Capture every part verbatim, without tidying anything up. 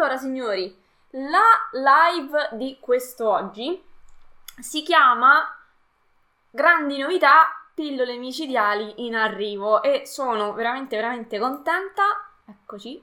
Allora, signori, la live di quest'oggi si chiama Grandi novità, pillole micidiali in arrivo e sono veramente veramente contenta, eccoci,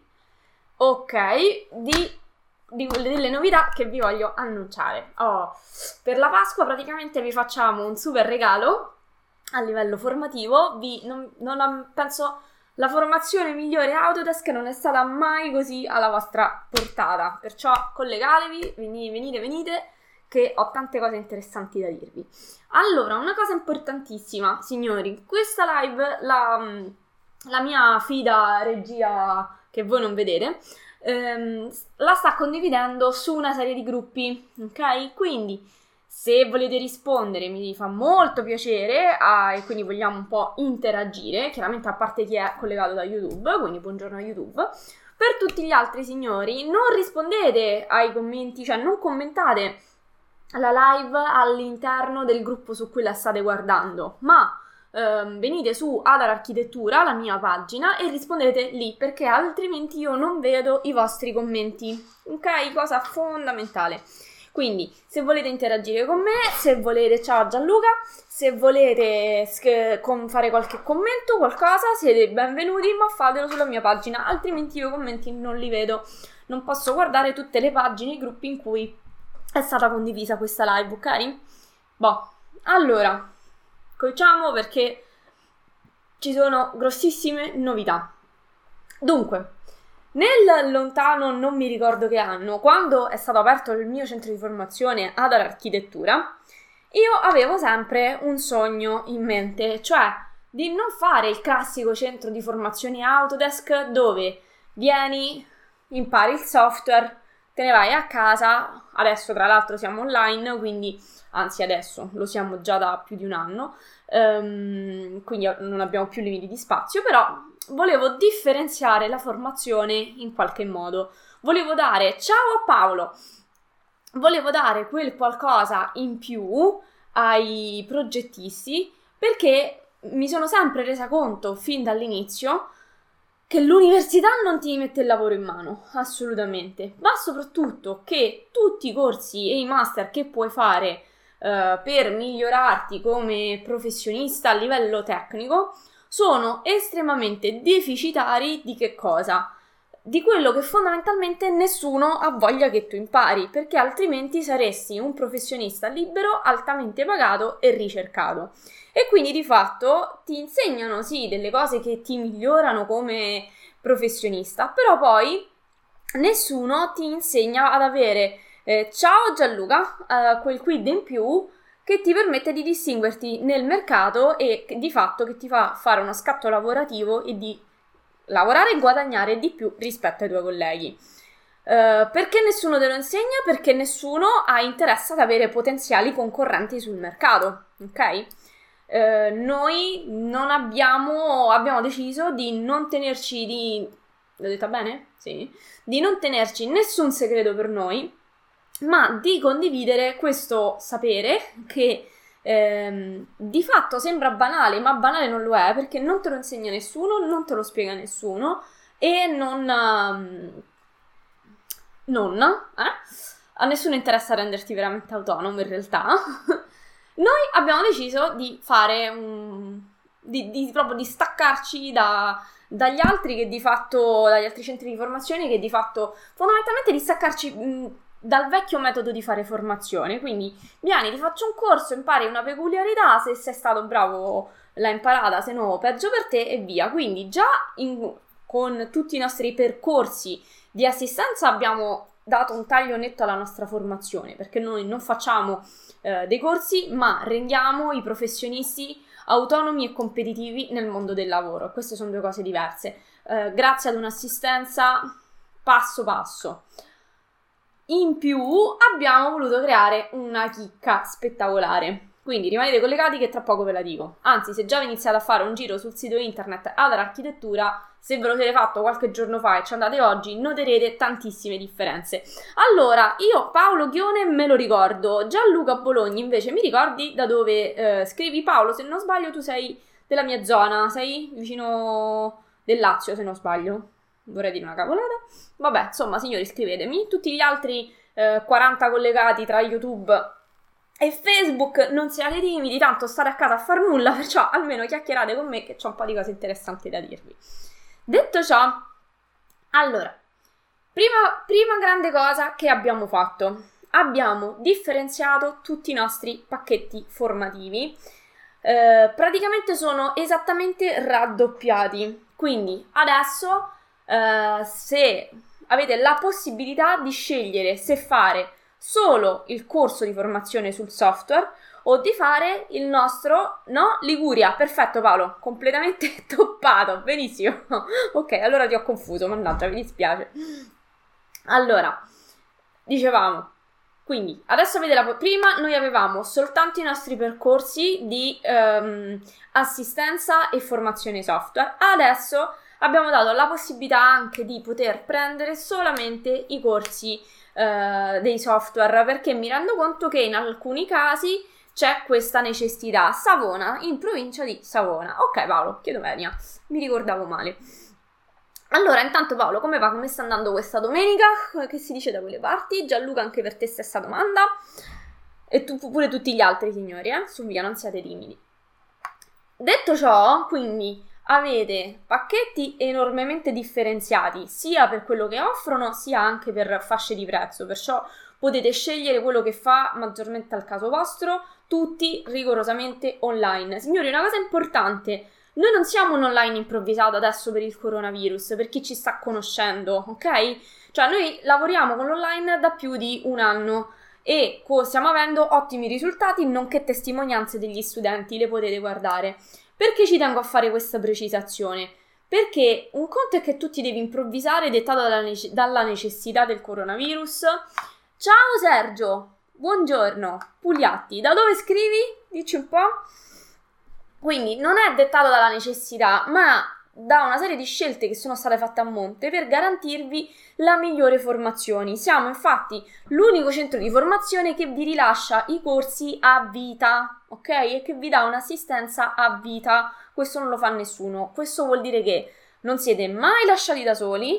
ok, di, di delle novità che vi voglio annunciare. Oh, per la Pasqua praticamente vi facciamo un super regalo a livello formativo, vi, non, non penso... La formazione migliore Autodesk non è stata mai così alla vostra portata, perciò collegatevi, venite, venite, venite, che ho tante cose interessanti da dirvi. Allora, una cosa importantissima, signori, questa live, la, la mia fida regia che voi non vedete, ehm, la sta condividendo su una serie di gruppi, ok? Quindi... se volete rispondere mi fa molto piacere ah, e quindi vogliamo un po' interagire, chiaramente a parte chi è collegato da YouTube, quindi buongiorno a YouTube. Per tutti gli altri signori non rispondete ai commenti, cioè non commentate la live all'interno del gruppo su cui la state guardando, ma ehm, venite su Adar Architettura, la mia pagina, e rispondete lì perché altrimenti io non vedo i vostri commenti, ok? Cosa fondamentale. Quindi, se volete interagire con me, se volete, ciao Gianluca, se volete sch- con fare qualche commento, qualcosa, siete benvenuti, ma fatelo sulla mia pagina, altrimenti io i commenti non li vedo. Non posso guardare tutte le pagine, i gruppi in cui è stata condivisa questa live, ok? Boh, allora, cominciamo perché ci sono grossissime novità. Dunque... nel lontano non mi ricordo che anno, quando è stato aperto il mio centro di formazione Adar Architettura, io avevo sempre un sogno in mente, cioè di non fare il classico centro di formazione Autodesk dove vieni, impari il software, te ne vai a casa, adesso tra l'altro siamo online, quindi, anzi adesso lo siamo già da più di un anno, um, quindi non abbiamo più limiti di spazio, però... volevo differenziare la formazione in qualche modo. Volevo dare, ciao Paolo, volevo dare quel qualcosa in più ai progettisti perché mi sono sempre resa conto fin dall'inizio che l'università non ti mette il lavoro in mano, assolutamente, ma soprattutto che tutti i corsi e i master che puoi fare uh, per migliorarti come professionista a livello tecnico sono estremamente deficitari di che cosa? Di quello che fondamentalmente nessuno ha voglia che tu impari, perché altrimenti saresti un professionista libero, altamente pagato e ricercato. E quindi di fatto ti insegnano sì delle cose che ti migliorano come professionista, però poi nessuno ti insegna ad avere eh, ciao Gianluca, eh, quel quid in più che ti permette di distinguerti nel mercato e di fatto che ti fa fare uno scatto lavorativo e di lavorare e guadagnare di più rispetto ai tuoi colleghi. Uh, perché nessuno te lo insegna? Perché nessuno ha interesse ad avere potenziali concorrenti sul mercato, ok? Uh, noi non abbiamo, abbiamo deciso di non tenerci di... l'ho detta bene? Sì. Di non tenerci nessun segreto per noi, ma di condividere questo sapere che ehm, di fatto sembra banale, ma banale non lo è perché non te lo insegna nessuno, non te lo spiega nessuno e non, um, non eh? a nessuno interessa renderti veramente autonomo in realtà. Noi abbiamo deciso di fare un... di, di proprio di staccarci da... dagli altri che di fatto, dagli altri centri di formazione che di fatto fondamentalmente di staccarci mh, dal vecchio metodo di fare formazione. Quindi vieni, ti faccio un corso, impari una peculiarità, se sei stato bravo l'hai imparata, se no peggio per te e via. Quindi già in, con tutti i nostri percorsi di assistenza abbiamo dato un taglio netto alla nostra formazione, perché noi non facciamo eh, dei corsi ma rendiamo i professionisti autonomi e competitivi nel mondo del lavoro. Queste sono due cose diverse, eh, grazie ad un'assistenza passo passo. In più abbiamo voluto creare una chicca spettacolare, quindi rimanete collegati che tra poco ve la dico. Anzi, se già vi iniziate a fare un giro sul sito internet Adar Architettura, se ve lo siete fatto qualche giorno fa e ci andate oggi, noterete tantissime differenze. Allora, io Paolo Ghione me lo ricordo, Gianluca Bologna invece mi ricordi da dove eh, scrivi? Paolo, se non sbaglio tu sei della mia zona, sei vicino del Lazio se non sbaglio. vorrei dire una cavolata. Vabbè, insomma, signori, scrivetemi. Tutti gli altri eh, quaranta collegati tra YouTube e Facebook, non siate timidi, tanto state a casa a far nulla, perciò almeno chiacchierate con me che c'ho un po' di cose interessanti da dirvi. Detto ciò, allora, prima, prima grande cosa che abbiamo fatto, abbiamo differenziato tutti i nostri pacchetti formativi, eh, praticamente sono esattamente raddoppiati, quindi adesso eh, se avete la possibilità di scegliere se fare solo il corso di formazione sul software o di fare il nostro, no? Liguria, perfetto Paolo, completamente toppato, benissimo. Ok, allora ti ho confuso, mannaggia, mi dispiace. Allora, dicevamo, quindi adesso avete la... Prima noi avevamo soltanto i nostri percorsi di ehm, assistenza e formazione software, adesso abbiamo dato la possibilità anche di poter prendere solamente i corsi eh, dei software, perché mi rendo conto che in alcuni casi c'è questa necessità. Savona, in provincia di Savona. Ok Paolo, chiedo venia, mi ricordavo male. Allora, intanto Paolo, come va? Come sta andando questa domenica? Che si dice da quelle parti? Gianluca, anche per te stessa domanda. E tu, pure tutti gli altri signori, eh? Su via, non siate timidi. Detto ciò, quindi avete pacchetti enormemente differenziati, sia per quello che offrono, sia anche per fasce di prezzo, perciò potete scegliere quello che fa maggiormente al caso vostro, tutti rigorosamente online. Signori, una cosa importante, noi non siamo un online improvvisato adesso per il coronavirus, per chi ci sta conoscendo, ok? Cioè noi lavoriamo con l'online da più di un anno e stiamo avendo ottimi risultati, nonché testimonianze degli studenti, le potete guardare. Perché ci tengo a fare questa precisazione? Perché un conto è che tu ti devi improvvisare dettato dalla, nece- dalla necessità del coronavirus. Ciao Sergio, buongiorno, Pugliatti, da dove scrivi? Dici un po'. Quindi non è dettato dalla necessità, ma da una serie di scelte che sono state fatte a monte per garantirvi la migliore formazione. Siamo infatti l'unico centro di formazione che vi rilascia i corsi a vita, ok? E che vi dà un'assistenza a vita. Questo non lo fa nessuno. Questo vuol dire che non siete mai lasciati da soli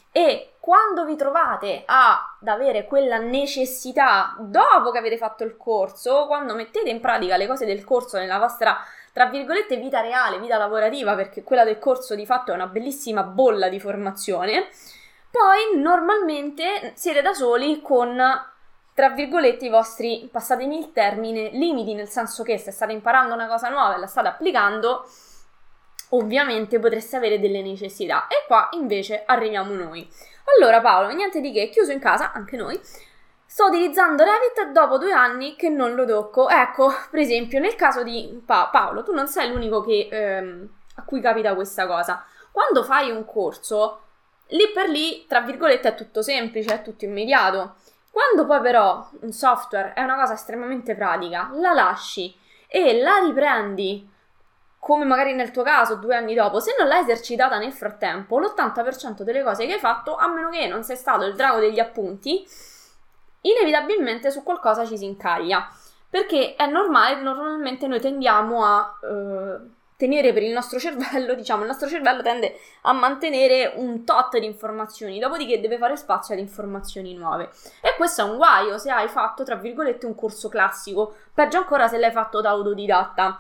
e quando vi trovate ad avere quella necessità dopo che avete fatto il corso, quando mettete in pratica le cose del corso nella vostra, tra virgolette, vita reale, vita lavorativa, perché quella del corso di fatto è una bellissima bolla di formazione, poi normalmente siete da soli con, tra virgolette, i vostri, passatemi il termine, limiti, nel senso che se state imparando una cosa nuova e la state applicando, ovviamente potreste avere delle necessità. E qua invece arriviamo noi. Allora Paolo, niente di che, chiuso in casa, anche noi, sto utilizzando Revit dopo due anni che non lo tocco. Ecco, per esempio, nel caso di pa- Paolo, tu non sei l'unico che, ehm, a cui capita questa cosa. Quando fai un corso, lì per lì, tra virgolette, è tutto semplice, è tutto immediato. Quando poi però un software è una cosa estremamente pratica, la lasci e la riprendi, come magari nel tuo caso due anni dopo, se non l'hai esercitata nel frattempo, l'ottanta per cento delle cose che hai fatto, a meno che non sei stato il drago degli appunti, inevitabilmente su qualcosa ci si incaglia, perché è normale, normalmente noi tendiamo a eh, tenere per il nostro cervello, diciamo, il nostro cervello tende a mantenere un tot di informazioni, dopodiché deve fare spazio ad informazioni nuove. E questo è un guaio se hai fatto, tra virgolette, un corso classico, peggio ancora se l'hai fatto da autodidatta,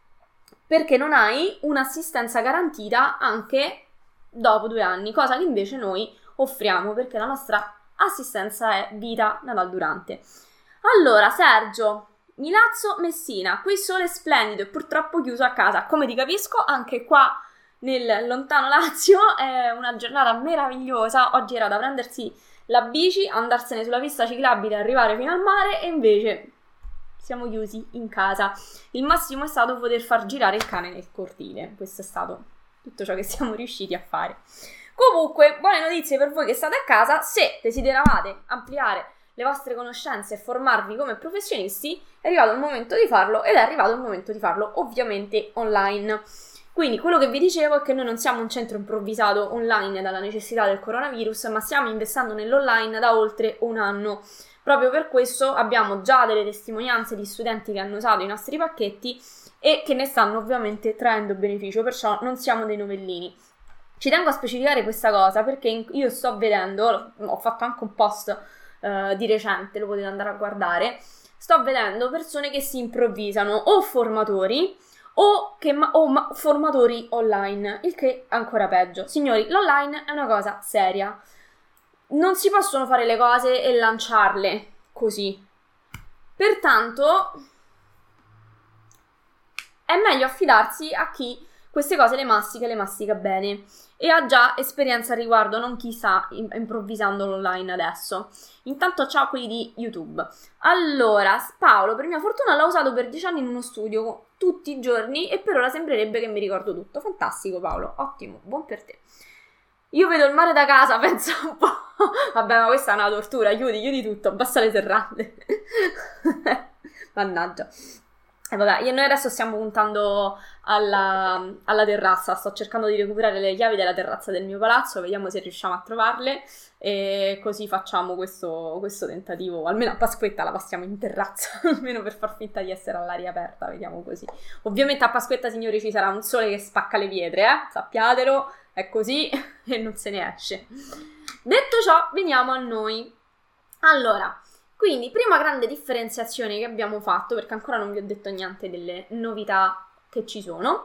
perché non hai un'assistenza garantita anche dopo due anni, cosa che invece noi offriamo, perché la nostra assistenza è vita Natal durante. Allora, Sergio, Milazzo, Messina, qui sole splendido e purtroppo chiuso a casa. Come ti capisco, anche qua nel lontano Lazio è una giornata meravigliosa. Oggi era da prendersi la bici, andarsene sulla pista ciclabile e arrivare fino al mare, e invece siamo chiusi in casa. Il massimo è stato poter far girare il cane nel cortile. Questo è stato tutto ciò che siamo riusciti a fare. Comunque, buone notizie per voi che state a casa. Se desideravate ampliare le vostre conoscenze e formarvi come professionisti, è arrivato il momento di farlo, ed è arrivato il momento di farlo ovviamente online. Quindi quello che vi dicevo è che noi non siamo un centro improvvisato online dalla necessità del coronavirus, ma stiamo investendo nell'online da oltre un anno. Proprio per questo abbiamo già delle testimonianze di studenti che hanno usato i nostri pacchetti e che ne stanno ovviamente traendo beneficio, perciò non siamo dei novellini. Ci tengo a specificare questa cosa perché in- io sto vedendo, ho fatto anche un post uh, di recente, lo potete andare a guardare, sto vedendo persone che si improvvisano o formatori o, che ma- o ma- formatori online, il che è ancora peggio. Signori, l'online è una cosa seria. Non si possono fare le cose e lanciarle così. Pertanto è meglio affidarsi a chi queste cose le mastica e le mastica bene e ha già esperienza al riguardo, non chi sta improvvisando online adesso. Intanto ciao quelli di YouTube. Allora, Paolo, per mia fortuna l'ho usato per dieci anni in uno studio tutti i giorni e per ora sembrerebbe che mi ricordo tutto. Fantastico Paolo, ottimo, buon per te. Io vedo il mare da casa, penso un po'. Vabbè, ma questa è una tortura, chiudi, chiudi tutto, abbassa le serrande. Mannaggia. E vabbè, io- noi adesso stiamo puntando alla, alla terrazza, sto cercando di recuperare le chiavi della terrazza del mio palazzo, vediamo se riusciamo a trovarle e così facciamo questo, questo tentativo, almeno a Pasquetta la passiamo in terrazza, almeno per far finta di essere all'aria aperta, vediamo così. Ovviamente a Pasquetta, signori, ci sarà un sole che spacca le pietre, eh? Sappiatelo, è così e non se ne esce. Detto ciò, veniamo a noi. Allora... Quindi, prima grande differenziazione che abbiamo fatto, perché ancora non vi ho detto niente delle novità che ci sono,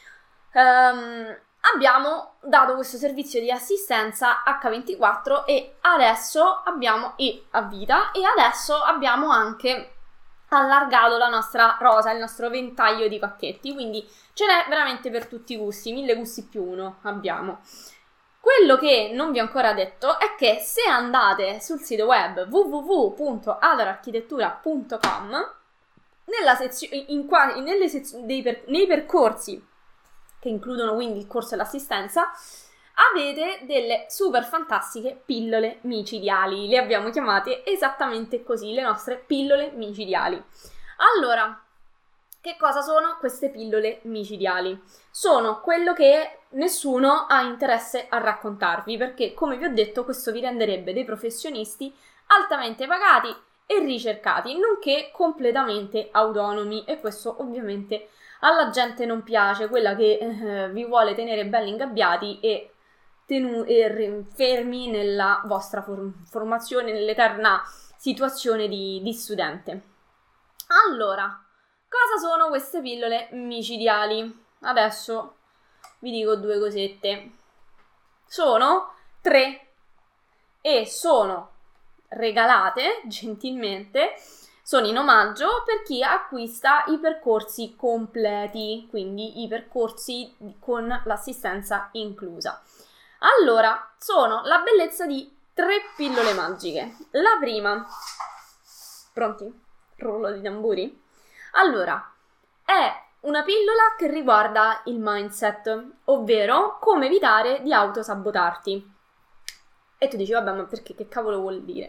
ehm, abbiamo dato questo servizio di assistenza acca ventiquattro e adesso abbiamo, e a vita, e adesso abbiamo anche allargato la nostra rosa, il nostro ventaglio di pacchetti, quindi ce n'è veramente per tutti i gusti, mille gusti più uno abbiamo. Quello che non vi ho ancora detto è che se andate sul sito web w w w punto adorarchitettura punto com nella sezio- in qua- nelle sez- dei per- nei percorsi che includono quindi il corso e l'assistenza avete delle super fantastiche pillole micidiali, le abbiamo chiamate esattamente così, le nostre pillole micidiali. Allora, che cosa sono queste pillole micidiali? Sono quello che nessuno ha interesse a raccontarvi, perché come vi ho detto questo vi renderebbe dei professionisti altamente pagati e ricercati, nonché completamente autonomi, e questo ovviamente alla gente non piace, quella che eh, vi vuole tenere belli ingabbiati e, tenu- e fermi nella vostra for- formazione, nell'eterna situazione di, di studente. Allora, cosa sono queste pillole micidiali? Adesso vi dico due cosette. Sono tre e sono regalate gentilmente, sono in omaggio per chi acquista i percorsi completi, quindi i percorsi con l'assistenza inclusa. Allora, sono la bellezza di tre pillole magiche. La prima, pronti? Rullo di tamburi? Allora, è una pillola che riguarda il mindset, ovvero come evitare di autosabotarti. E tu dici, vabbè, ma perché? Che cavolo vuol dire?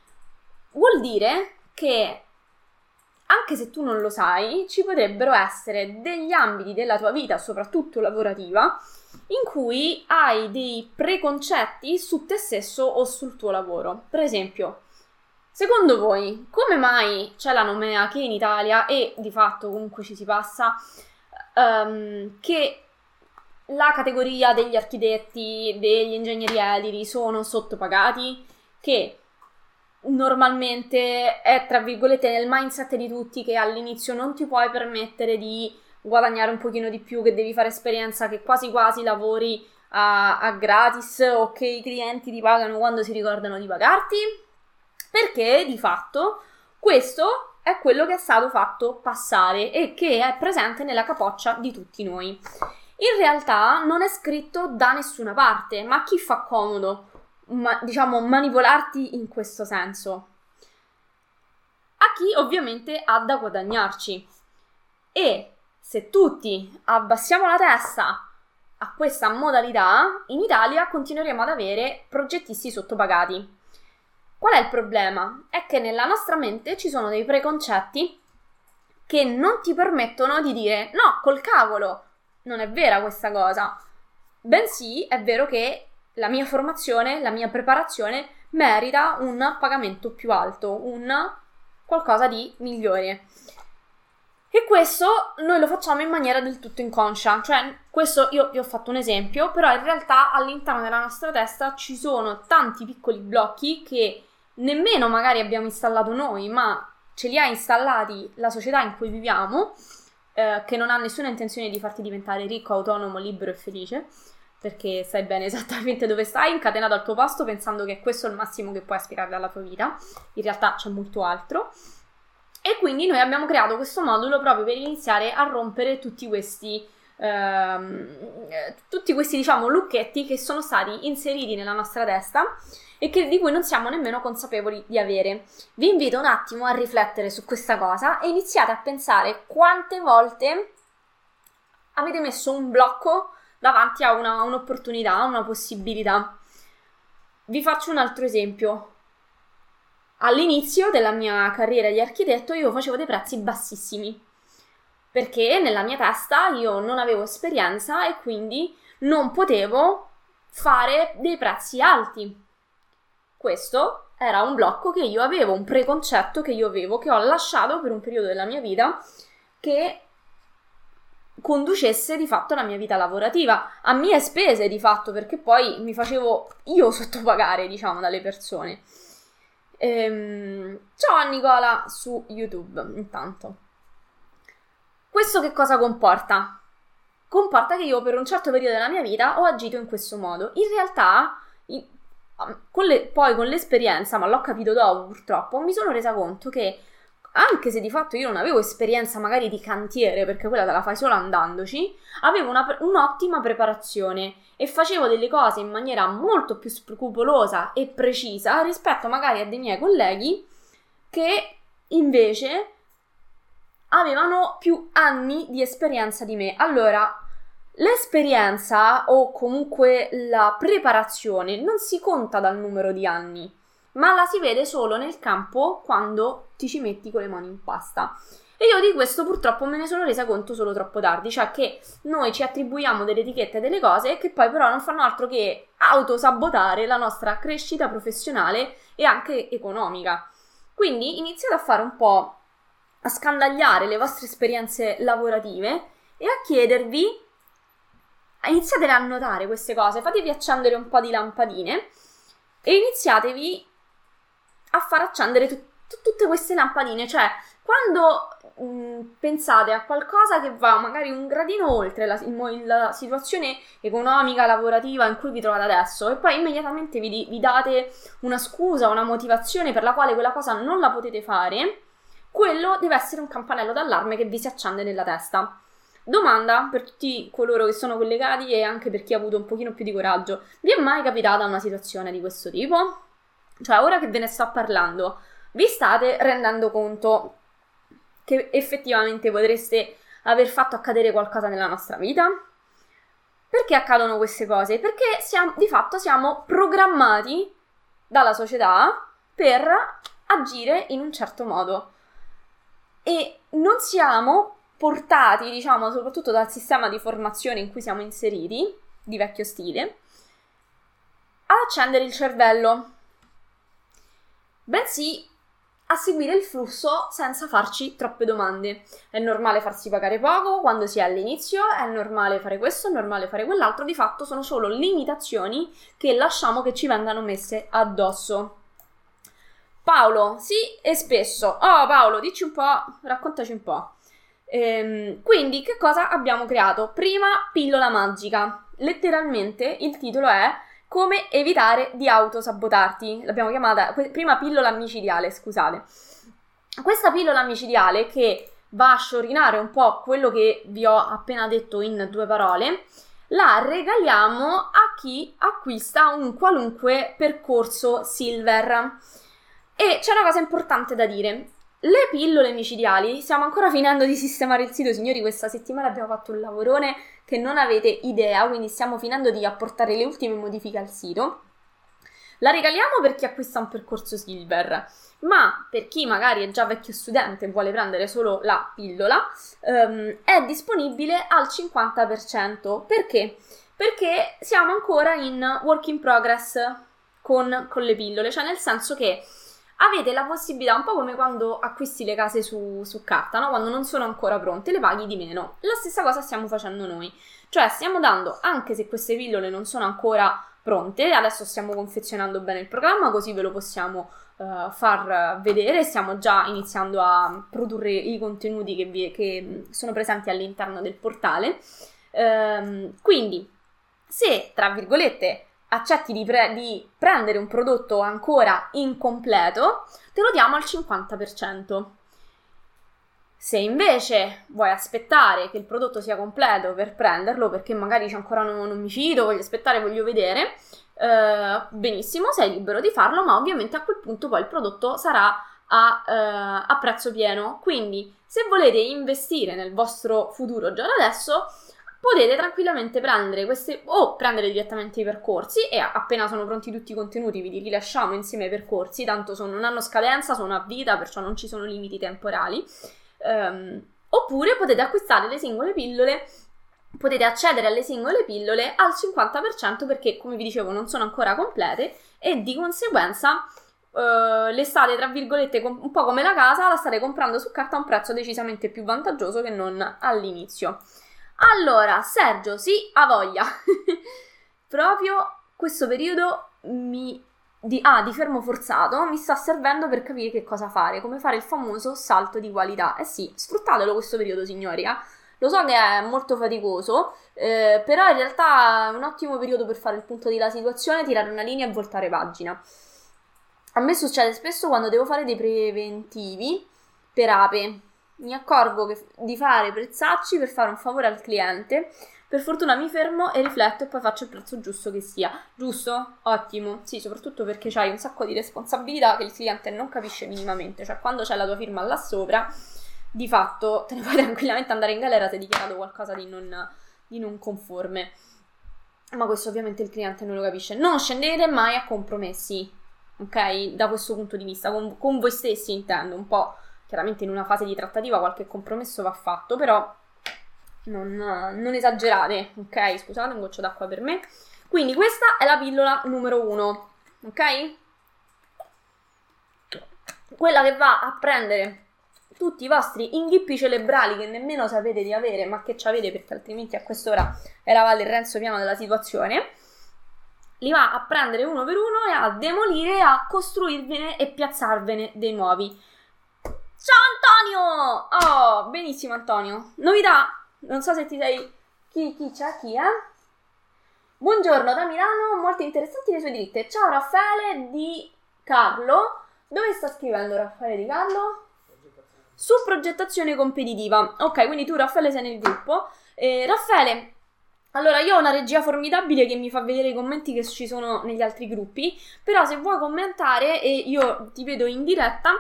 Vuol dire che, anche se tu non lo sai, ci potrebbero essere degli ambiti della tua vita, soprattutto lavorativa, in cui hai dei preconcetti su te stesso o sul tuo lavoro. Per esempio, secondo voi, come mai c'è la nomea che in Italia, e di fatto comunque ci si passa, um, che la categoria degli architetti, degli ingegneri edili sono sottopagati, che normalmente è, tra virgolette, nel mindset di tutti che all'inizio non ti puoi permettere di guadagnare un pochino di più, che devi fare esperienza, che quasi quasi lavori a, a gratis o che i clienti ti pagano quando si ricordano di pagarti? Perché di fatto questo è quello che è stato fatto passare e che è presente nella capoccia di tutti noi. In realtà non è scritto da nessuna parte, ma a chi fa comodo, ma, diciamo, manipolarti in questo senso? A chi ovviamente ha da guadagnarci. E se tutti abbassiamo la testa a questa modalità, in Italia continueremo ad avere progettisti sottopagati. Qual è il problema? È che nella nostra mente ci sono dei preconcetti che non ti permettono di dire no, col cavolo, non è vera questa cosa. Bensì è vero che la mia formazione, la mia preparazione merita un pagamento più alto, un qualcosa di migliore. E questo noi lo facciamo in maniera del tutto inconscia, cioè questo io vi ho fatto un esempio, però in realtà all'interno della nostra testa ci sono tanti piccoli blocchi che nemmeno magari abbiamo installato noi, ma ce li ha installati la società in cui viviamo, eh, che non ha nessuna intenzione di farti diventare ricco, autonomo, libero e felice, perché sai bene esattamente dove stai, incatenato al tuo posto, pensando che questo è il massimo che puoi aspirare dalla tua vita. In realtà c'è molto altro. E quindi noi abbiamo creato questo modulo proprio per iniziare a rompere tutti questi, ehm, tutti questi diciamo lucchetti che sono stati inseriti nella nostra testa e che, di cui non siamo nemmeno consapevoli di avere. Vi invito un attimo a riflettere su questa cosa e iniziate a pensare quante volte avete messo un blocco davanti a una, un'opportunità, a una possibilità. Vi faccio un altro esempio. All'inizio della mia carriera di architetto io facevo dei prezzi bassissimi, perché nella mia testa io non avevo esperienza e quindi non potevo fare dei prezzi alti. Questo era un blocco che io avevo, un preconcetto che io avevo, che ho lasciato per un periodo della mia vita che conducesse di fatto la mia vita lavorativa, a mie spese di fatto, perché poi mi facevo io sottopagare, diciamo, dalle persone. Ehm, ciao Nicola su YouTube, intanto. Questo che cosa comporta? Comporta che io per un certo periodo della mia vita ho agito in questo modo. In realtà, in, con le, poi con l'esperienza, ma l'ho capito dopo purtroppo, mi sono resa conto che anche se di fatto io non avevo esperienza magari di cantiere, perché quella te la fai solo andandoci, avevo una, un'ottima preparazione e facevo delle cose in maniera molto più scrupolosa e precisa rispetto magari a dei miei colleghi che invece avevano più anni di esperienza di me. Allora, l'esperienza o comunque la preparazione non si conta dal numero di anni, ma la si vede solo nel campo quando ti ci metti con le mani in pasta. E io di questo purtroppo me ne sono resa conto solo troppo tardi, cioè che noi ci attribuiamo delle etichette, delle cose che poi però non fanno altro che autosabotare la nostra crescita professionale e anche economica. Quindi iniziate a fare un po', a scandagliare le vostre esperienze lavorative e a chiedervi, iniziate a notare queste cose, fatevi accendere un po' di lampadine e iniziatevi a far accendere t- t- tutte queste lampadine, cioè quando mh, pensate a qualcosa che va magari un gradino oltre la, il, la situazione economica, lavorativa in cui vi trovate adesso e poi immediatamente vi, vi date una scusa, una motivazione per la quale quella cosa non la potete fare, quello deve essere un campanello d'allarme che vi si accende nella testa. Domanda per tutti coloro che sono collegati e anche per chi ha avuto un pochino più di coraggio: vi è mai capitata una situazione di questo tipo? Cioè, ora che ve ne sto parlando, vi state rendendo conto che effettivamente potreste aver fatto accadere qualcosa nella nostra vita? Perché accadono queste cose? Perché siamo, di fatto siamo programmati dalla società per agire in un certo modo e non siamo portati, diciamo, soprattutto dal sistema di formazione in cui siamo inseriti, di vecchio stile, ad accendere il cervello, bensì a seguire il flusso senza farci troppe domande. È normale farsi pagare poco quando si è all'inizio, è normale fare questo, è normale fare quell'altro, di fatto sono solo limitazioni che lasciamo che ci vengano messe addosso. Paolo, sì e spesso. Oh Paolo, dici un po', raccontaci un po'. Ehm, quindi che cosa abbiamo creato? Prima pillola magica. Letteralmente il titolo è come evitare di autosabotarti. L'abbiamo chiamata prima pillola micidiale, scusate. Questa pillola micidiale, che va a sciorinare un po' quello che vi ho appena detto in due parole, la regaliamo a chi acquista un qualunque percorso Silver. E c'è una cosa importante da dire. Le pillole micidiali, stiamo ancora finendo di sistemare il sito, signori, questa settimana abbiamo fatto un lavorone che non avete idea, quindi stiamo finendo di apportare le ultime modifiche al sito. La regaliamo per chi acquista un percorso Silver, ma per chi magari è già vecchio studente e vuole prendere solo la pillola, ehm, è disponibile al cinquanta per cento. Perché? Perché siamo ancora in work in progress con, con le pillole, cioè nel senso che avete la possibilità, un po' come quando acquisti le case su, su carta, no? Quando non sono ancora pronte, le paghi di meno. La stessa cosa stiamo facendo noi, cioè stiamo dando, anche se queste pillole non sono ancora pronte, adesso stiamo confezionando bene il programma, così ve lo possiamo uh, far vedere, stiamo già iniziando a produrre i contenuti che, vi, che sono presenti all'interno del portale. Um, quindi, se, tra virgolette, accetti di, pre- di prendere un prodotto ancora incompleto, te lo diamo al cinquanta per cento. Se invece vuoi aspettare che il prodotto sia completo per prenderlo, perché magari c'è ancora non, non mi fido, voglio aspettare, voglio vedere, eh, benissimo, sei libero di farlo, ma ovviamente a quel punto poi il prodotto sarà a, eh, a prezzo pieno. Quindi, se volete investire nel vostro futuro già da adesso, potete tranquillamente prendere queste o prendere direttamente i percorsi e appena sono pronti tutti i contenuti vi li rilasciamo insieme ai percorsi, tanto sono, non hanno scadenza, sono a vita, perciò non ci sono limiti temporali. Um, oppure potete acquistare le singole pillole, potete accedere alle singole pillole al cinquanta per cento perché, come vi dicevo, non sono ancora complete e di conseguenza uh, le state, tra virgolette, com- un po' come la casa, la state comprando su carta a un prezzo decisamente più vantaggioso che non all'inizio. Allora, Sergio, sì, ha voglia. Proprio questo periodo mi... Di, ah, di fermo forzato mi sta servendo per capire che cosa fare, come fare il famoso salto di qualità. Eh sì, sfruttatelo questo periodo, signori, eh. Lo so che è molto faticoso, eh, però in realtà è un ottimo periodo per fare il punto della situazione, tirare una linea e voltare pagina. A me succede spesso quando devo fare dei preventivi per ape. Mi accorgo che, di fare prezzacci per fare un favore al cliente. Per fortuna mi fermo e rifletto e poi faccio il prezzo giusto che sia. Giusto? Ottimo. Sì, soprattutto perché c'hai un sacco di responsabilità che il cliente non capisce minimamente. Cioè, quando c'è la tua firma là sopra, di fatto te ne puoi tranquillamente andare in galera se hai dichiarato qualcosa di non, di non conforme. Ma questo ovviamente il cliente non lo capisce. Non scendete mai a compromessi, ok? Da questo punto di vista, con, con voi stessi intendo. Un po', chiaramente in una fase di trattativa qualche compromesso va fatto, però... Non, non esagerate, ok? Scusate, un goccio d'acqua per me. Quindi questa è la pillola numero uno, ok? Quella che va a prendere tutti i vostri inghippi cerebrali che nemmeno sapete di avere, ma che ci avete perché altrimenti a quest'ora eravate il Renzo Piano della situazione. Li va a prendere uno per uno e a demolire e a costruirvene e piazzarvene dei nuovi. Ciao Antonio! Oh, benissimo Antonio. Novità? Non so se ti sei... Chi, chi c'è? Chi è? Buongiorno da Milano, molto interessanti le sue dritte. Ciao Raffaele Di Carlo. Dove sta scrivendo Raffaele Di Carlo? Su progettazione competitiva. Ok, quindi tu Raffaele sei nel gruppo. Eh, Raffaele, allora io ho una regia formidabile che mi fa vedere i commenti che ci sono negli altri gruppi, però se vuoi commentare e io ti vedo in diretta,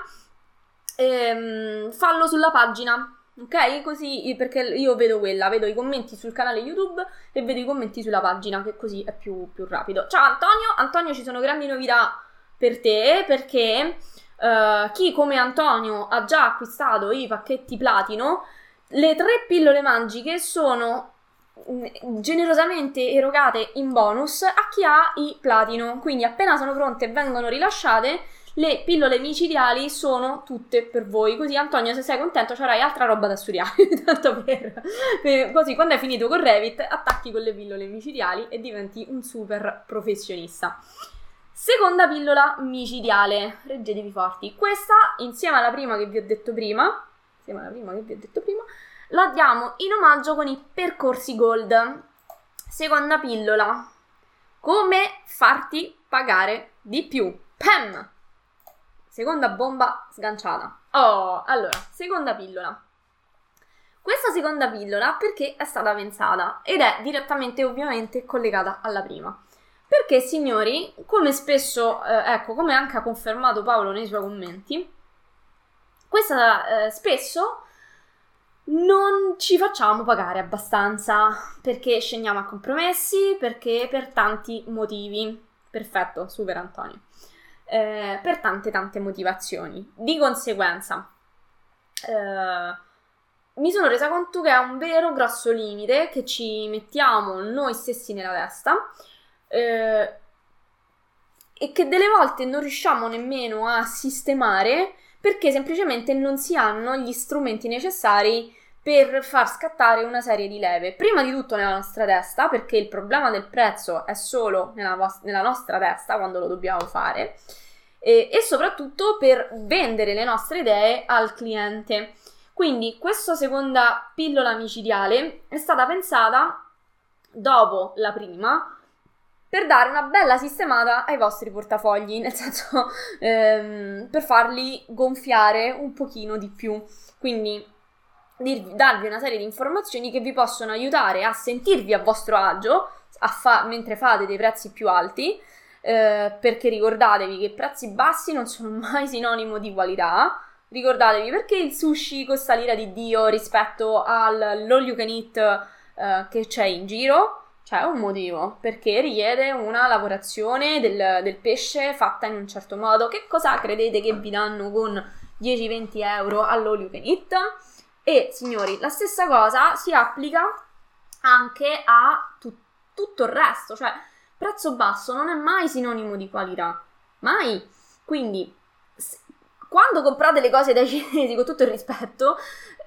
ehm, fallo sulla pagina. Ok? Così, perché io vedo quella, vedo i commenti sul canale YouTube e vedo i commenti sulla pagina, che così è più, più rapido. Ciao Antonio! Antonio, ci sono grandi novità per te, perché uh, chi come Antonio ha già acquistato i pacchetti platino, le tre pillole magiche sono mh, generosamente erogate in bonus a chi ha i platino. Quindi appena sono pronte e vengono rilasciate, le pillole micidiali sono tutte per voi, così Antonio se sei contento c'avrai altra roba da studiare. Tanto per, per così quando hai finito con Revit attacchi con le pillole micidiali e diventi un super professionista. Seconda pillola micidiale, reggetevi forti. Questa insieme alla prima che vi ho detto prima, insieme alla prima che vi ho detto prima, la diamo in omaggio con i percorsi gold. Seconda pillola, come farti pagare di più. Pam! Seconda bomba sganciata. Oh, allora, seconda pillola. Questa seconda pillola perché è stata pensata ed è direttamente ovviamente collegata alla prima. Perché, signori, come spesso, eh, ecco, come anche ha confermato Paolo nei suoi commenti, questa eh, spesso non ci facciamo pagare abbastanza, perché scendiamo a compromessi, perché per tanti motivi. Perfetto, super Antonio. Eh, per tante tante motivazioni. Di conseguenza eh, mi sono resa conto che è un vero grosso limite che ci mettiamo noi stessi nella testa, eh, e che delle volte non riusciamo nemmeno a sistemare perché semplicemente non si hanno gli strumenti necessari per far scattare una serie di leve. Prima di tutto nella nostra testa, perché il problema del prezzo è solo nella, vos- nella nostra testa quando lo dobbiamo fare, e, e soprattutto per vendere le nostre idee al cliente. Quindi questa seconda pillola micidiale è stata pensata dopo la prima per dare una bella sistemata ai vostri portafogli, nel senso ehm, per farli gonfiare un pochino di più. Quindi dirvi, darvi una serie di informazioni che vi possono aiutare a sentirvi a vostro agio a fa- mentre fate dei prezzi più alti, eh, perché ricordatevi che prezzi bassi non sono mai sinonimo di qualità. Ricordatevi perché il sushi costa l'ira di Dio rispetto all'all you can eat eh, che c'è in giro. C'è un motivo, perché richiede una lavorazione del, del pesce fatta in un certo modo. Che cosa credete che vi danno con dieci venti euro all'all you can eat? E signori, la stessa cosa si applica anche a tu- tutto il resto, cioè prezzo basso non è mai sinonimo di qualità, mai. Quindi se, quando comprate le cose dai cinesi, con tutto il rispetto,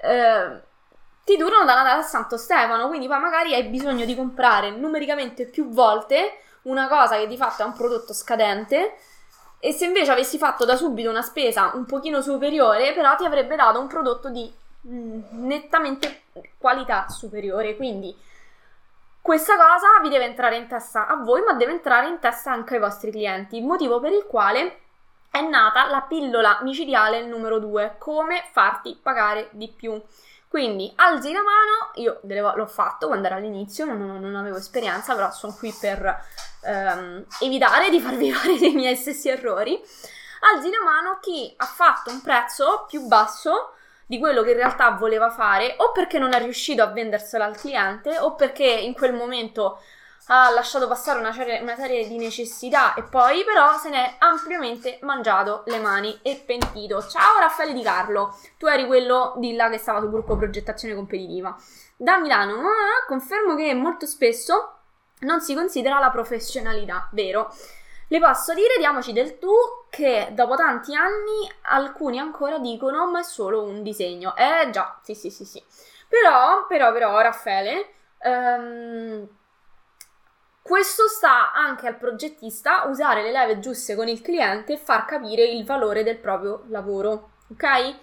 eh, ti durano da Natale a Santo Stefano, quindi poi magari hai bisogno di comprare numericamente più volte una cosa che di fatto è un prodotto scadente, e se invece avessi fatto da subito una spesa un pochino superiore, però ti avrebbe dato un prodotto di mh, nettamente qualità superiore. Quindi questa cosa vi deve entrare in testa a voi, ma deve entrare in testa anche ai vostri clienti, motivo per il quale è nata la pillola micidiale numero due, come farti pagare di più. Quindi alzi la mano, io l'ho fatto quando era all'inizio, non, non avevo esperienza, però sono qui per ehm, evitare di farvi fare dei miei stessi errori. Alzi la mano chi ha fatto un prezzo più basso di quello che in realtà voleva fare, o perché non è riuscito a vendersela al cliente, o perché in quel momento ha lasciato passare una serie, una serie di necessità e poi però se n'è ampiamente mangiato le mani e pentito. Ciao Raffaele Di Carlo, tu eri quello di là che stava sul gruppo progettazione competitiva. Da Milano, ah, confermo che molto spesso non si considera la professionalità, vero? Le posso dire, diamoci del tu, che dopo tanti anni alcuni ancora dicono ma è solo un disegno. Eh già, sì sì sì sì. Però, però, però, Raffaele... Um, questo sta anche al progettista usare le leve giuste con il cliente e far capire il valore del proprio lavoro, ok?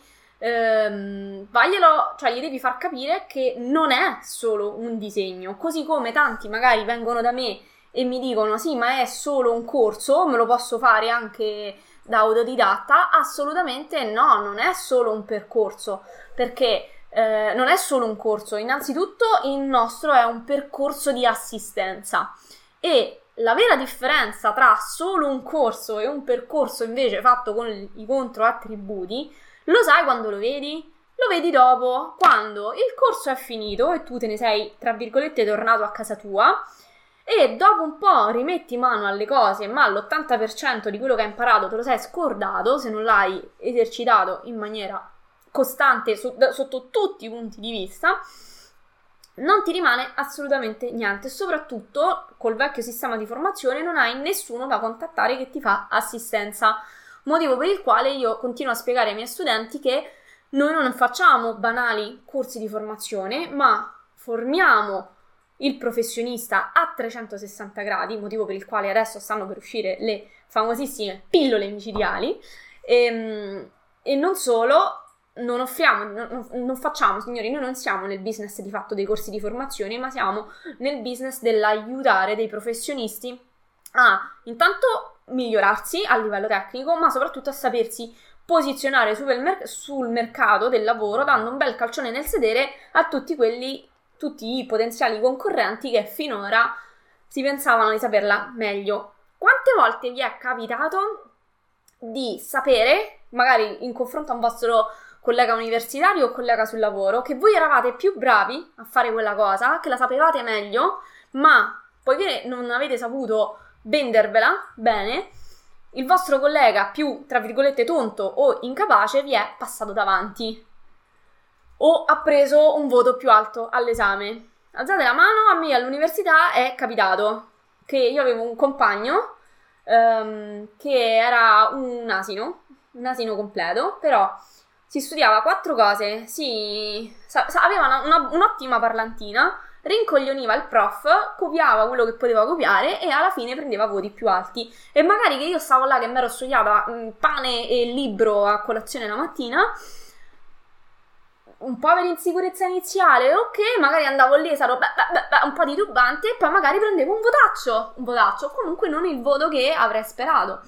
Ehm, vaglielo, cioè gli devi far capire che non è solo un disegno, così come tanti magari vengono da me e mi dicono sì, ma è solo un corso, me lo posso fare anche da autodidatta. Assolutamente no, non è solo un percorso, perché eh, non è solo un corso. Innanzitutto il nostro è un percorso di assistenza, e la vera differenza tra solo un corso e un percorso invece fatto con i controattributi lo sai quando lo vedi? Lo vedi dopo, quando il corso è finito e tu te ne sei, tra virgolette, tornato a casa tua, e dopo un po' rimetti mano alle cose, ma l'ottanta per cento di quello che hai imparato te lo sei scordato se non l'hai esercitato in maniera costante su, sotto tutti i punti di vista. Non ti rimane assolutamente niente, soprattutto col vecchio sistema di formazione non hai nessuno da contattare che ti fa assistenza, motivo per il quale io continuo a spiegare ai miei studenti che noi non facciamo banali corsi di formazione, ma formiamo il professionista a trecentosessanta gradi, motivo per il quale adesso stanno per uscire le famosissime pillole micidiali, e, e non solo. Non offriamo, non, non facciamo, signori, noi non siamo nel business di fatto dei corsi di formazione, ma siamo nel business dell'aiutare dei professionisti a intanto migliorarsi a livello tecnico, ma soprattutto a sapersi posizionare sul, mer- sul mercato del lavoro, dando un bel calcione nel sedere a tutti quelli, tutti i potenziali concorrenti che finora si pensavano di saperla meglio. Quante volte vi è capitato di sapere, magari in confronto a un vostro collega universitario o collega sul lavoro, che voi eravate più bravi a fare quella cosa, che la sapevate meglio, ma poiché non avete saputo vendervela bene, il vostro collega più, tra virgolette, tonto o incapace vi è passato davanti o ha preso un voto più alto all'esame. Alzate la mano, a me all'università è capitato che io avevo un compagno ehm, che era un asino, un asino completo, però si studiava quattro cose, si, sa, sa- aveva una- una- un'ottima parlantina, rincoglioniva il prof, copiava quello che poteva copiare e alla fine prendeva voti più alti. E magari che io stavo là che mi ero studiata mh, pane e libro a colazione la mattina, un po' per insicurezza iniziale, ok, magari andavo lì e sarò beh, beh, beh, beh, un po' titubante e poi magari prendevo un votaccio, un votaccio, comunque non il voto che avrei sperato,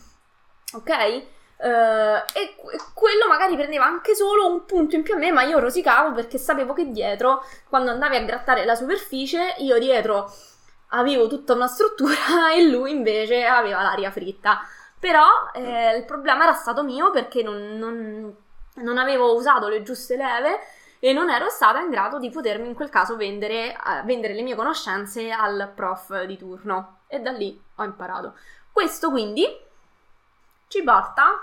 ok? Uh, e quello magari prendeva anche solo un punto in più a me, ma io rosicavo perché sapevo che dietro, quando andavi a grattare la superficie, io dietro avevo tutta una struttura e lui invece aveva l'aria fritta. Però eh, il problema era stato mio perché non, non, non avevo usato le giuste leve e non ero stata in grado di potermi in quel caso vendere, eh, vendere le mie conoscenze al prof di turno, e da lì ho imparato. Questo quindi ci porta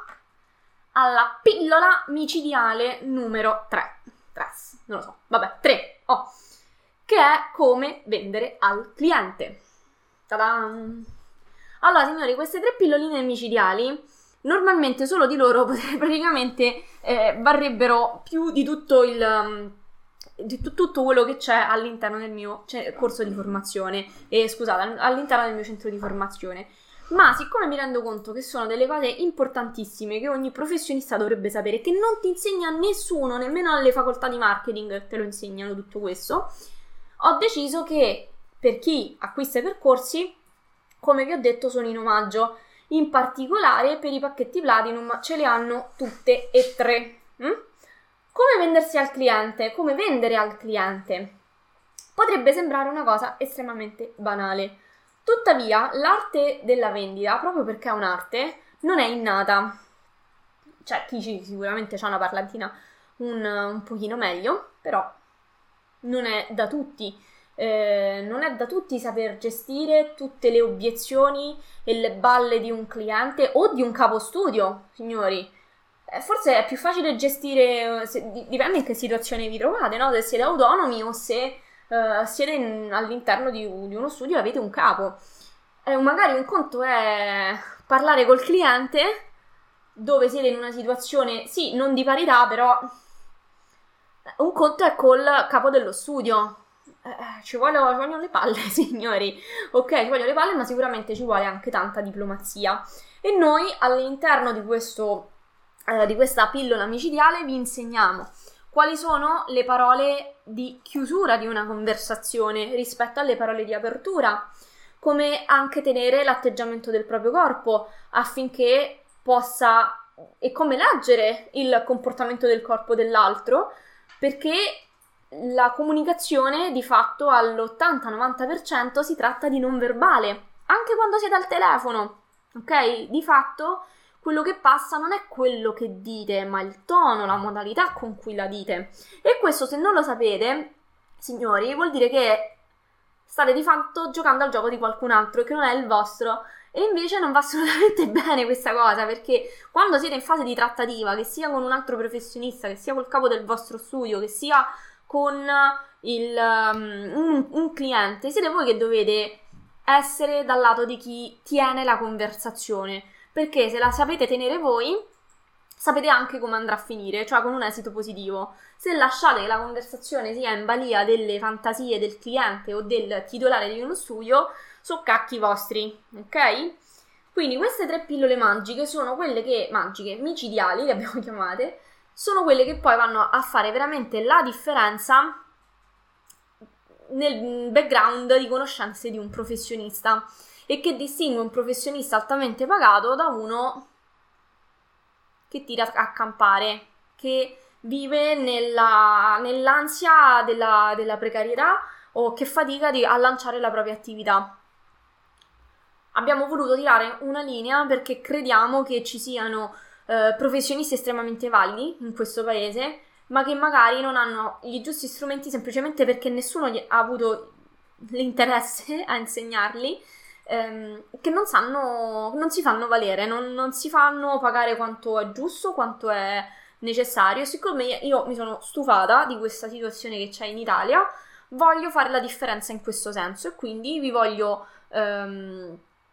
alla pillola micidiale numero tre. tre, non lo so, vabbè, tre, oh, che è come vendere al cliente. Ta-da! Allora, signori, queste tre pilloline micidiali, normalmente solo di loro praticamente eh, varrebbero più di tutto il... Um, di t- tutto quello che c'è all'interno del mio cioè, corso di formazione, e scusate, all'interno del mio centro di formazione. Ma siccome mi rendo conto che sono delle cose importantissime che ogni professionista dovrebbe sapere, che non ti insegna nessuno, nemmeno alle facoltà di marketing te lo insegnano tutto questo, ho deciso che per chi acquista i percorsi, come vi ho detto, sono in omaggio. In particolare per i pacchetti Platinum ce li hanno tutte e tre. Mm? Come vendersi al cliente? Come vendere al cliente? Potrebbe sembrare una cosa estremamente banale. Tuttavia, l'arte della vendita, proprio perché è un'arte, non è innata. Cioè, chi ci, sicuramente ha una parlantina un, un pochino meglio, però non è da tutti. Eh, non è da tutti saper gestire tutte le obiezioni e le balle di un cliente o di un capo studio, signori. Eh, forse è più facile gestire, se, dipende in che situazione vi trovate, no? Se siete autonomi o se... Uh, siete in, all'interno di, di uno studio e avete un capo. Eh, magari un conto è parlare col cliente dove siete in una situazione, sì, non di parità, però un conto è col capo dello studio. Eh, ci, vogliono, ci vogliono le palle, signori. Ok, ci vogliono le palle, ma sicuramente ci vuole anche tanta diplomazia. E noi all'interno di, questo, eh, di questa pillola micidiale vi insegniamo quali sono le parole di chiusura di una conversazione rispetto alle parole di apertura, come anche tenere l'atteggiamento del proprio corpo affinché possa, e come leggere il comportamento del corpo dell'altro, perché la comunicazione di fatto all'ottanta novanta per cento si tratta di non verbale, anche quando siete al telefono, ok? Di fatto quello che passa non è quello che dite, ma il tono, la modalità con cui la dite. E questo, se non lo sapete, signori, vuol dire che state di fatto giocando al gioco di qualcun altro che non è il vostro. E invece non va assolutamente bene questa cosa, perché quando siete in fase di trattativa, che sia con un altro professionista, che sia col capo del vostro studio, che sia con il, um, un, un cliente, siete voi che dovete essere dal lato di chi tiene la conversazione. Perché se la sapete tenere voi, sapete anche come andrà a finire, cioè con un esito positivo. Se lasciate che la conversazione sia in balia delle fantasie del cliente o del titolare di uno studio, so cacchi vostri, ok? Quindi queste tre pillole magiche sono quelle che, magiche, micidiali, le abbiamo chiamate, sono quelle che poi vanno a fare veramente la differenza nel background di conoscenze di un professionista, e che distingue un professionista altamente pagato da uno che tira a campare, che vive nella, nell'ansia della, della precarietà o che fatica di, a lanciare la propria attività. Abbiamo voluto tirare una linea perché crediamo che ci siano eh, professionisti estremamente validi in questo paese, ma che magari non hanno gli giusti strumenti semplicemente perché nessuno gli ha avuto l'interesse a insegnarli, ehm, che non sanno, non si fanno valere, non, non si fanno pagare quanto è giusto, quanto è necessario. Siccome io mi sono stufata di questa situazione che c'è in Italia, voglio fare la differenza in questo senso e quindi vi voglio ehm,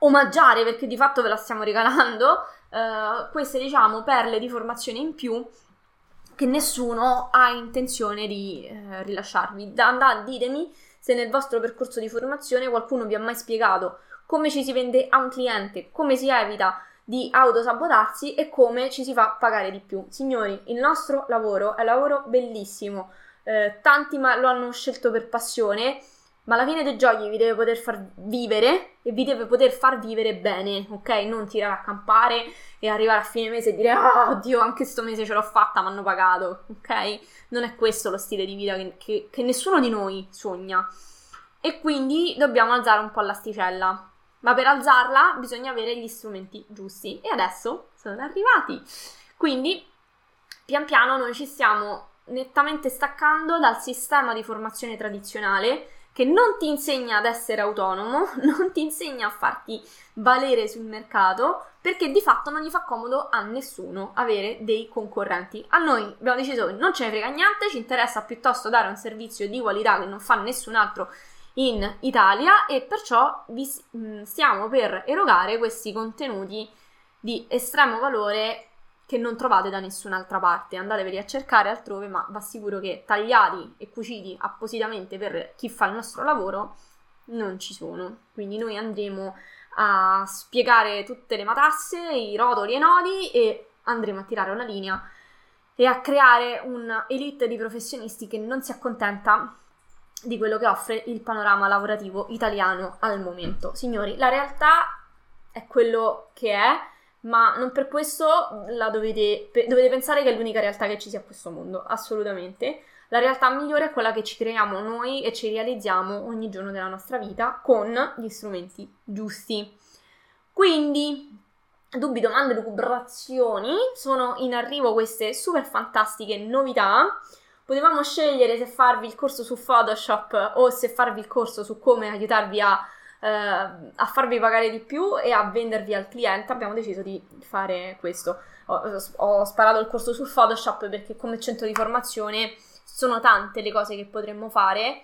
omaggiare, perché di fatto ve la stiamo regalando, eh, queste diciamo perle di formazione in più che nessuno ha intenzione di eh, rilasciarvi. Da, andate, ditemi se nel vostro percorso di formazione qualcuno vi ha mai spiegato come ci si vende a un cliente, come si evita di autosabotarsi e come ci si fa pagare di più. Signori, il nostro lavoro è un lavoro bellissimo, eh, tanti ma lo hanno scelto per passione, ma alla fine dei giochi vi deve poter far vivere e vi deve poter far vivere bene, ok? Non tirare a campare e arrivare a fine mese e dire ah, oddio, anche sto mese ce l'ho fatta, mi hanno pagato, ok? Non è questo lo stile di vita che, che, che nessuno di noi sogna. E quindi dobbiamo alzare un po' l'asticella. Ma per alzarla bisogna avere gli strumenti giusti. E adesso sono arrivati. Quindi, pian piano noi ci stiamo nettamente staccando dal sistema di formazione tradizionale che non ti insegna ad essere autonomo, non ti insegna a farti valere sul mercato, perché di fatto non gli fa comodo a nessuno avere dei concorrenti. A noi abbiamo deciso che non ce ne frega niente, ci interessa piuttosto dare un servizio di qualità che non fa nessun altro in Italia e perciò vi stiamo per erogare questi contenuti di estremo valore che non trovate da nessun'altra parte. Andateveli a cercare altrove, ma va sicuro che tagliati e cuciti appositamente per chi fa il nostro lavoro non ci sono. Quindi noi andremo a spiegare tutte le matasse, i rotoli e i nodi e andremo a tirare una linea e a creare un'elite di professionisti che non si accontenta di quello che offre il panorama lavorativo italiano al momento. Signori, la realtà è quello che è, ma non per questo la dovete, dovete pensare che è l'unica realtà che ci sia a questo mondo, assolutamente. La realtà migliore è quella che ci creiamo noi e ci realizziamo ogni giorno della nostra vita con gli strumenti giusti. Quindi, dubbi, domande, lucubrazioni, sono in arrivo queste super fantastiche novità. Potevamo scegliere se farvi il corso su Photoshop o se farvi il corso su come aiutarvi a, eh, a farvi pagare di più e a vendervi al cliente. Abbiamo deciso di fare questo. Ho, ho sparato il corso su Photoshop perché come centro di formazione sono tante le cose che potremmo fare,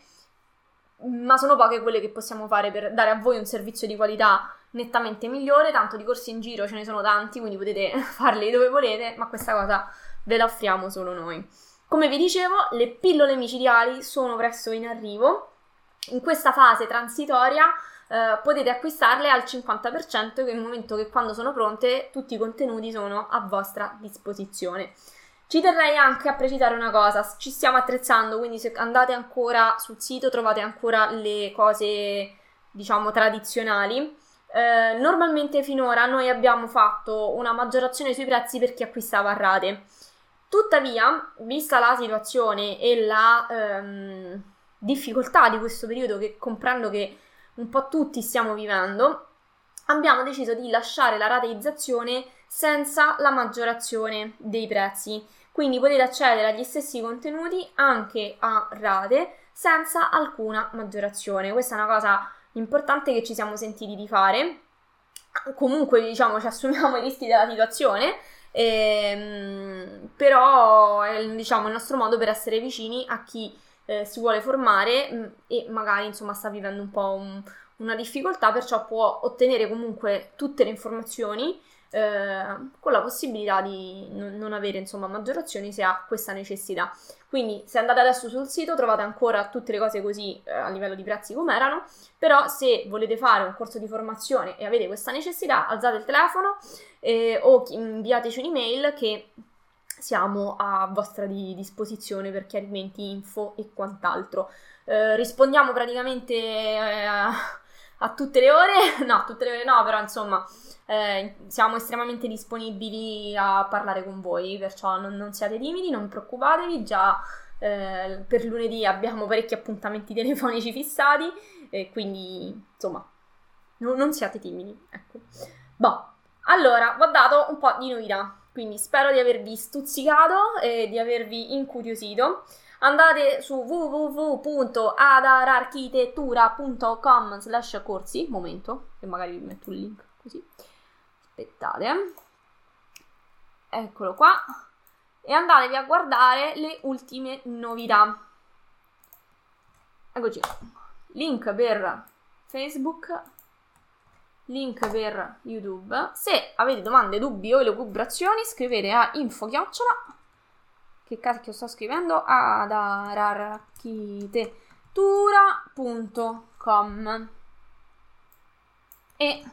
ma sono poche quelle che possiamo fare per dare a voi un servizio di qualità nettamente migliore. Tanto di corsi in giro ce ne sono tanti, quindi potete farli dove volete, ma questa cosa ve la offriamo solo noi. Come vi dicevo, le pillole micidiali sono presto in arrivo. In questa fase transitoria eh, potete acquistarle al cinquanta per cento, che è il momento che quando sono pronte tutti i contenuti sono a vostra disposizione. Ci terrei anche a precisare una cosa: ci stiamo attrezzando, quindi se andate ancora sul sito trovate ancora le cose, diciamo, tradizionali. Eh, normalmente finora noi abbiamo fatto una maggiorazione sui prezzi per chi acquistava a rate. Tuttavia, vista la situazione e la ehm, difficoltà di questo periodo che comprendo che un po' tutti stiamo vivendo, abbiamo deciso di lasciare la rateizzazione senza la maggiorazione dei prezzi. Quindi potete accedere agli stessi contenuti anche a rate senza alcuna maggiorazione. Questa è una cosa importante che ci siamo sentiti di fare. Comunque, diciamo, ci assumiamo i rischi della situazione. Ehm, però è, diciamo, il nostro modo per essere vicini a chi eh, si vuole formare mh, e magari insomma sta vivendo un po' un, una difficoltà, perciò può ottenere comunque tutte le informazioni eh, con la possibilità di non, non avere insomma maggiorazioni se ha questa necessità. Quindi se andate adesso sul sito trovate ancora tutte le cose così eh, a livello di prezzi come erano, però se volete fare un corso di formazione e avete questa necessità, alzate il telefono eh, o inviateci un'email che siamo a vostra di disposizione per chiarimenti, info e quant'altro. Eh, rispondiamo praticamente eh, a tutte le ore, no, tutte le ore no, però insomma eh, siamo estremamente disponibili a parlare con voi, perciò non, non siate timidi, non preoccupatevi, già eh, per lunedì abbiamo parecchi appuntamenti telefonici fissati e quindi insomma no, non siate timidi, ecco. Boh, allora vi ho dato un po' di novità, quindi spero di avervi stuzzicato e di avervi incuriosito. Andate su w w w punto adararchitettura punto com slash corsi, momento, che magari vi metto un link così, aspettate, eccolo qua, e andatevi a guardare le ultime novità. Eccoci, link per Facebook link per YouTube. Se avete domande, dubbi o elucubrazioni, scrivete a info chiocciola, che cacchio sto scrivendo, ad architettura punto com e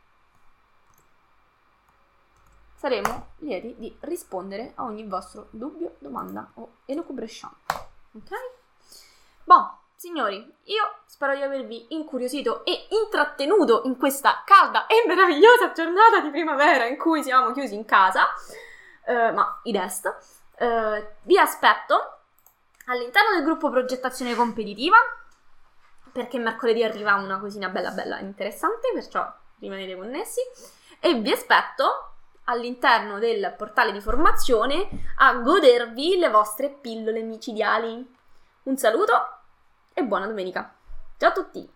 saremo lieti di rispondere a ogni vostro dubbio, domanda o elucubration. Ok? Boh, signori, io spero di avervi incuriosito e intrattenuto in questa calda e meravigliosa giornata di primavera in cui siamo chiusi in casa, eh, ma id est. Eh, vi aspetto all'interno del gruppo progettazione competitiva, perché mercoledì arriva una cosina bella bella interessante, perciò rimanete connessi, e vi aspetto all'interno del portale di formazione a godervi le vostre pillole micidiali. Un saluto e buona domenica. Ciao a tutti!